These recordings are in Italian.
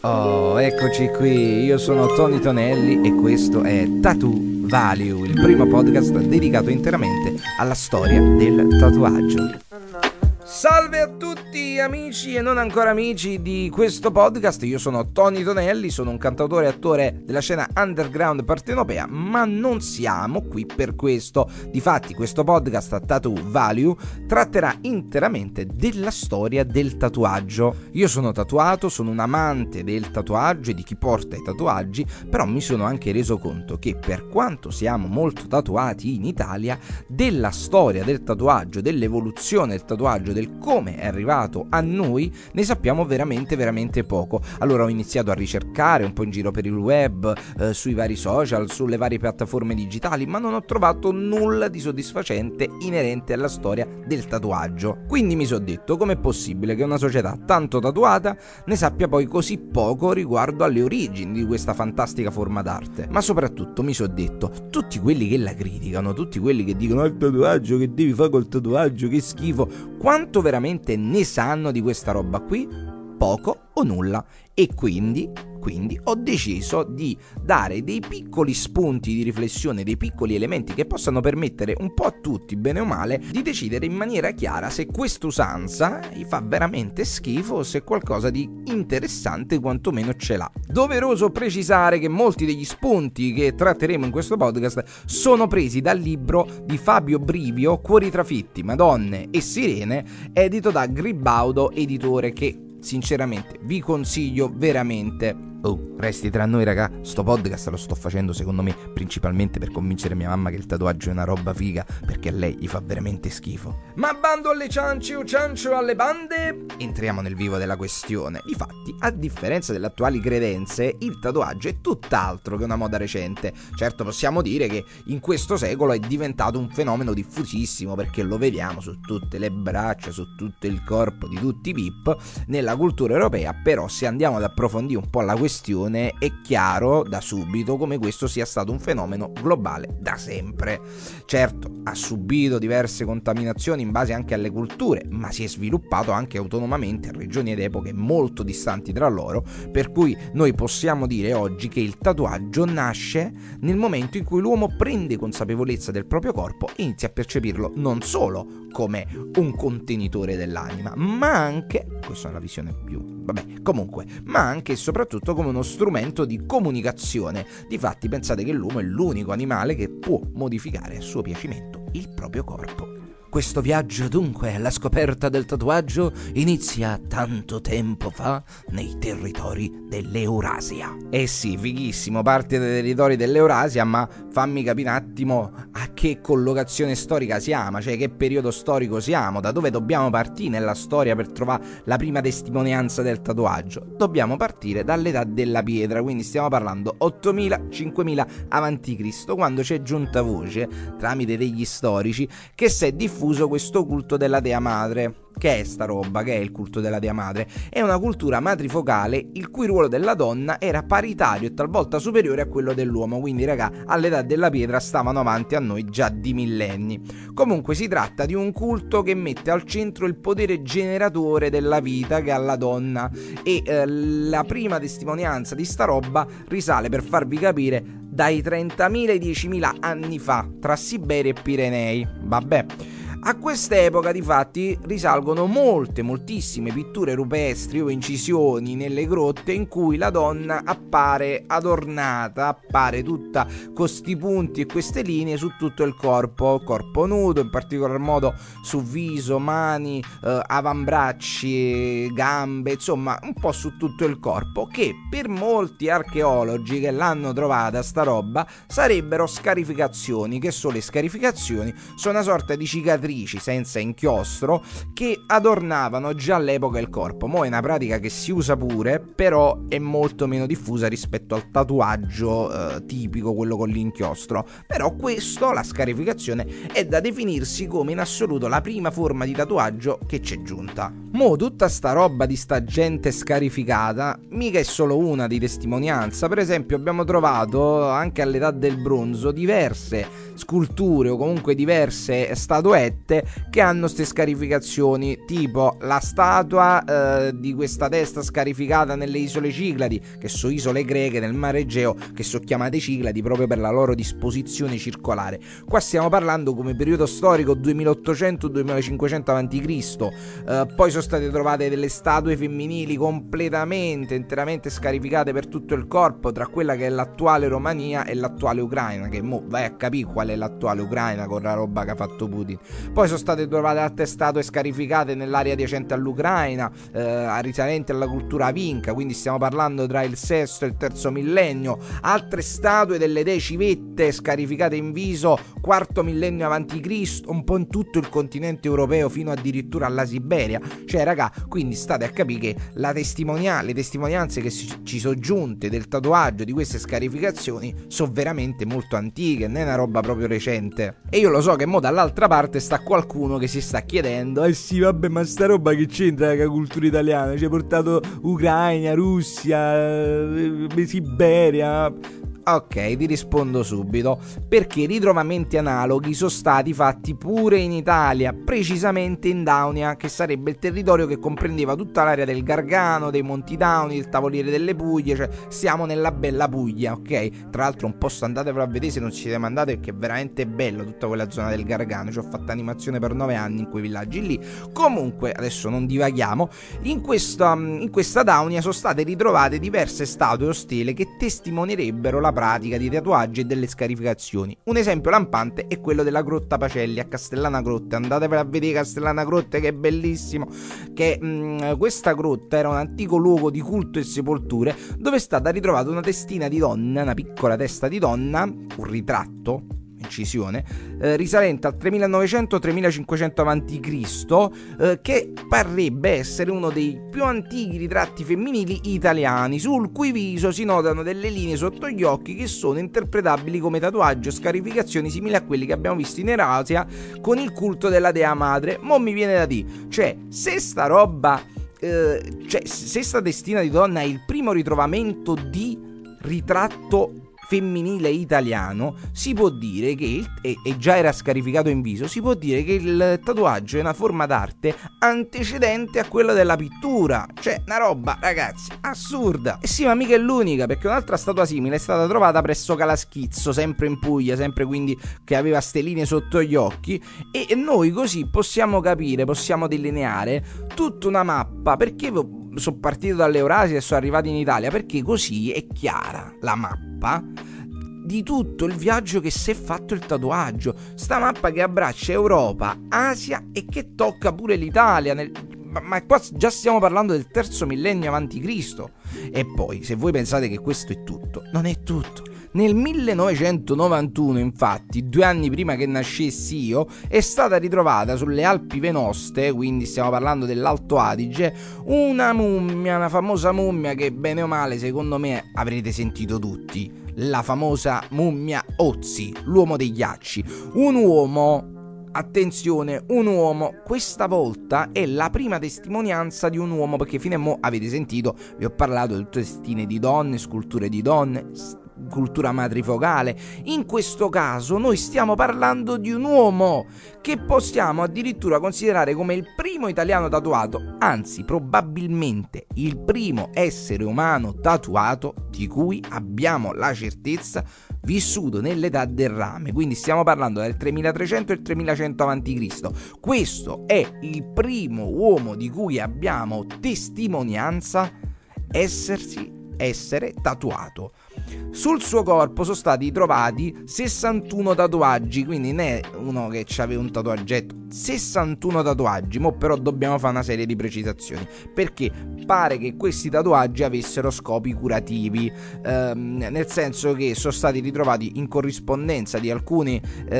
Oh, eccoci qui, io sono Tony Tonelli e questo è Tattoo Value, il primo podcast dedicato interamente alla storia del tatuaggio. Salve a tutti amici e non ancora amici di questo podcast, io sono Tony Tonelli, sono un cantautore e attore della scena underground partenopea, ma non siamo qui per questo. Difatti questo podcast Tattoo Value tratterà interamente della storia del tatuaggio. Io sono tatuato, sono un amante del tatuaggio e di chi porta i tatuaggi, però mi sono anche reso conto che per quanto siamo molto tatuati in Italia, della storia del tatuaggio, dell'evoluzione del tatuaggio, del come è arrivato a noi, ne sappiamo veramente poco. Allora ho iniziato a ricercare un po' in giro per il web, sui vari social, sulle varie piattaforme digitali, ma non ho trovato nulla di soddisfacente inerente alla storia del tatuaggio. Quindi mi sono detto, com'è possibile che una società tanto tatuata ne sappia poi così poco riguardo alle origini di questa fantastica forma d'arte? Ma soprattutto mi sono detto, tutti quelli che la criticano, tutti quelli che dicono il tatuaggio, che devi fare col tatuaggio, che schifo, quanto veramente ne sanno di questa roba qui? Poco o nulla. E quindi ho deciso di dare dei piccoli spunti di riflessione, dei piccoli elementi che possano permettere un po' a tutti, bene o male, di decidere in maniera chiara se quest'usanza gli fa veramente schifo o se qualcosa di interessante quantomeno ce l'ha. Doveroso precisare che molti degli spunti che tratteremo in questo podcast sono presi dal libro di Fabio Brivio, Cuori trafitti, Madonne e Sirene, edito da Gribaudo Editore, che sinceramente vi consiglio veramente. Oh, resti tra noi raga, sto podcast lo sto facendo secondo me principalmente per convincere mia mamma che il tatuaggio è una roba figa, perché a lei gli fa veramente schifo. Ma bando alle ciance o ciancio alle bande, entriamo nel vivo della questione. Difatti, a differenza delle attuali credenze, il tatuaggio è tutt'altro che una moda recente. Certo, possiamo dire che in questo secolo è diventato un fenomeno diffusissimo, perché lo vediamo su tutte le braccia, su tutto il corpo di tutti i VIP nella cultura europea. Però se andiamo ad approfondire un po' la questione, è chiaro da subito come questo sia stato un fenomeno globale da sempre. Certo, ha subito diverse contaminazioni in base anche alle culture, ma si è sviluppato anche autonomamente a regioni ed epoche molto distanti tra loro, per cui noi possiamo dire oggi che il tatuaggio nasce nel momento in cui l'uomo prende consapevolezza del proprio corpo e inizia a percepirlo non solo come un contenitore dell'anima, ma anche, questa è la visione più, ma anche e soprattutto come uno strumento di comunicazione. Difatti pensate che l'uomo è l'unico animale che può modificare a suo piacimento il proprio corpo. Questo viaggio dunque alla scoperta del tatuaggio inizia tanto tempo fa nei territori dell'Eurasia. Eh sì, fighissimo, parte dai territori dell'Eurasia, ma fammi capire un attimo a che collocazione storica siamo, cioè che periodo storico siamo, da dove dobbiamo partire nella storia per trovare la prima testimonianza del tatuaggio. Dobbiamo partire dall'età della pietra, quindi stiamo parlando 8000-5000 a.C., quando c'è giunta voce, tramite degli storici, che si è diffuso questo culto della Dea Madre. Che è sta roba? Che è il culto della Dea Madre? È una cultura matrifocale il cui ruolo della donna era paritario e talvolta superiore a quello dell'uomo, quindi raga, all'età della pietra stavano avanti a noi già di millenni. Comunque si tratta di un culto che mette al centro il potere generatore della vita che ha la donna, e la prima testimonianza di sta roba risale, per farvi capire, dai 30.000 ai 10.000 anni fa, tra Siberia e Pirenei. Vabbè. A quest'epoca, difatti, risalgono moltissime pitture rupestri o incisioni nelle grotte in cui la donna appare adornata, appare tutta con sti punti e queste linee su tutto il corpo nudo, in particolar modo su viso, mani, avambracci, gambe, insomma un po' su tutto il corpo, che per molti archeologi che l'hanno trovata sta roba sarebbero scarificazioni. Che sono le scarificazioni? Sono una sorta di cicatrici senza inchiostro che adornavano già all'epoca il corpo. Mo' è una pratica che si usa pure, però è molto meno diffusa rispetto al tatuaggio tipico, quello con l'inchiostro. Però questo, la scarificazione, è da definirsi come in assoluto la prima forma di tatuaggio che c'è giunta. Mo tutta sta roba di sta gente scarificata mica è solo una di testimonianza. Per esempio abbiamo trovato anche all'età del bronzo diverse sculture o comunque diverse statuette che hanno queste scarificazioni, tipo la statua di questa testa scarificata nelle isole Cicladi, che sono isole greche nel mare Egeo, che sono chiamate Cicladi proprio per la loro disposizione circolare. Qua stiamo parlando come periodo storico 2800-2500 a.C. Poi sono state trovate delle statue femminili completamente, interamente scarificate per tutto il corpo, tra quella che è l'attuale Romania e l'attuale Ucraina, che mo vai a capire qual è l'attuale Ucraina con la roba che ha fatto Putin. Poi sono state trovate altre statue scarificate nell'area adiacente all'Ucraina, risalenti alla cultura vinca, quindi stiamo parlando tra il VI e il III millennio. Altre statue delle dei civette scarificate in viso IV millennio a.C., un po' in tutto il continente europeo fino addirittura alla Siberia. Cioè raga, quindi state a capire che le testimonianze che ci sono giunte del tatuaggio di queste scarificazioni sono veramente molto antiche, non è una roba proprio recente. E io lo so che mo dall'altra parte sta qualcuno che si sta chiedendo: sì vabbè, ma sta roba che c'entra con la cultura italiana? Ci ha portato Ucraina, Russia, Siberia. Ok, ti rispondo subito, perché ritrovamenti analoghi sono stati fatti pure in Italia, precisamente in Daunia, che sarebbe il territorio che comprendeva tutta l'area del Gargano, dei Monti Dauni, del Tavoliere delle Puglie, cioè siamo nella bella Puglia, ok? Tra l'altro un posto andatevelo a vedere se non ci siete mandati, perché è veramente bello tutta quella zona del Gargano, ci ho fatto animazione per 9 anni in quei villaggi lì. Comunque, adesso non divaghiamo, in questa Daunia sono state ritrovate diverse statue o stele che testimonierebbero la pratica di tatuaggi e delle scarificazioni. Un esempio lampante è quello della Grotta Pacelli a Castellana Grotte. Andatevela a vedere Castellana Grotte, che è bellissimo, che questa grotta era un antico luogo di culto e sepolture dove è stata ritrovata una testina di donna, una piccola testa di donna, un ritratto, incisione, risalente al 3900-3500 a.C., che parrebbe essere uno dei più antichi ritratti femminili italiani, sul cui viso si notano delle linee sotto gli occhi che sono interpretabili come tatuaggi o scarificazioni simili a quelli che abbiamo visto in Eurasia con il culto della dea madre. Mo mi viene da dire, cioè se sta roba, se sta testina di donna è il primo ritrovamento di ritratto femminile italiano, si può dire che e già era scarificato in viso, si può dire che il tatuaggio è una forma d'arte antecedente a quella della pittura. Cioè una roba, ragazzi, assurda. E sì, ma mica è l'unica, perché un'altra statua simile è stata trovata presso Calaschizzo, sempre in Puglia, sempre quindi che aveva ste linee sotto gli occhi, e noi così possiamo capire, possiamo delineare tutta una mappa. Perché sono partito dall'Eurasia e sono arrivato in Italia? Perché così è chiara la mappa di tutto il viaggio che si è fatto il tatuaggio. Sta mappa che abbraccia Europa, Asia e che tocca pure l'Italia ma qua già stiamo parlando del III millennio a.C. E poi, se voi pensate che questo è tutto, non è tutto. Nel 1991, infatti, 2 anni prima che nascessi io, è stata ritrovata sulle Alpi Venoste, quindi stiamo parlando dell'Alto Adige, una mummia, una famosa mummia che bene o male secondo me avrete sentito tutti, la famosa mummia Ötzi, l'uomo dei ghiacci. Un uomo, attenzione, un uomo, questa volta è la prima testimonianza di un uomo, perché fino a mo' avete sentito, vi ho parlato di tutte testine di donne, sculture di donne, cultura matrifocale. In questo caso noi stiamo parlando di un uomo che possiamo addirittura considerare come il primo italiano tatuato, anzi probabilmente il primo essere umano tatuato di cui abbiamo la certezza vissuto nell'età del rame, quindi stiamo parlando del 3300 e il 3100 a.C. Questo è il primo uomo di cui abbiamo testimonianza essere tatuato. Sul suo corpo sono stati trovati 61 tatuaggi, quindi non è uno che aveva un tatuaggetto, 61 tatuaggi. Mo però dobbiamo fare una serie di precisazioni, perché pare che questi tatuaggi avessero scopi curativi, nel senso che sono stati ritrovati in corrispondenza di alcune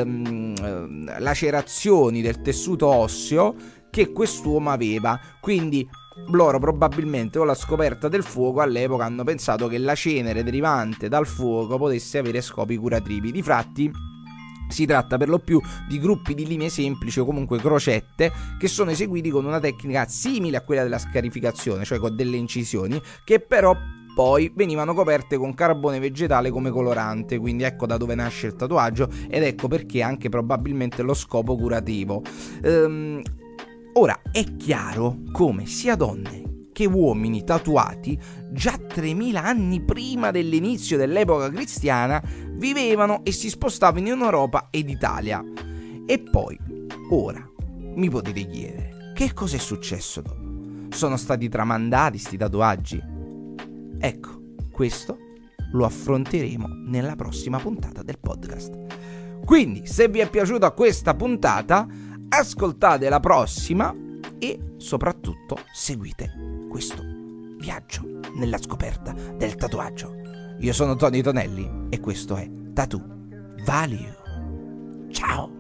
lacerazioni del tessuto osseo che quest'uomo aveva, quindi loro probabilmente con la scoperta del fuoco all'epoca hanno pensato che la cenere derivante dal fuoco potesse avere scopi curativi. Difatti Si tratta per lo più di gruppi di linee semplici o comunque crocette che sono eseguiti con una tecnica simile a quella della scarificazione, cioè con delle incisioni, che però poi venivano coperte con carbone vegetale come colorante, quindi ecco da dove nasce il tatuaggio ed ecco perché anche probabilmente lo scopo curativo. Ora è chiaro come sia donne che uomini tatuati già 3000 anni prima dell'inizio dell'epoca cristiana vivevano e si spostavano in Europa ed Italia. E poi, ora, mi potete chiedere, che cosa è successo dopo? Sono stati tramandati sti tatuaggi? Ecco, questo lo affronteremo nella prossima puntata del podcast. Quindi, se vi è piaciuta questa puntata, ascoltate la prossima e soprattutto seguite questo viaggio nella scoperta del tatuaggio. Io sono Tony Tonelli e questo è Tattoo Value. Ciao!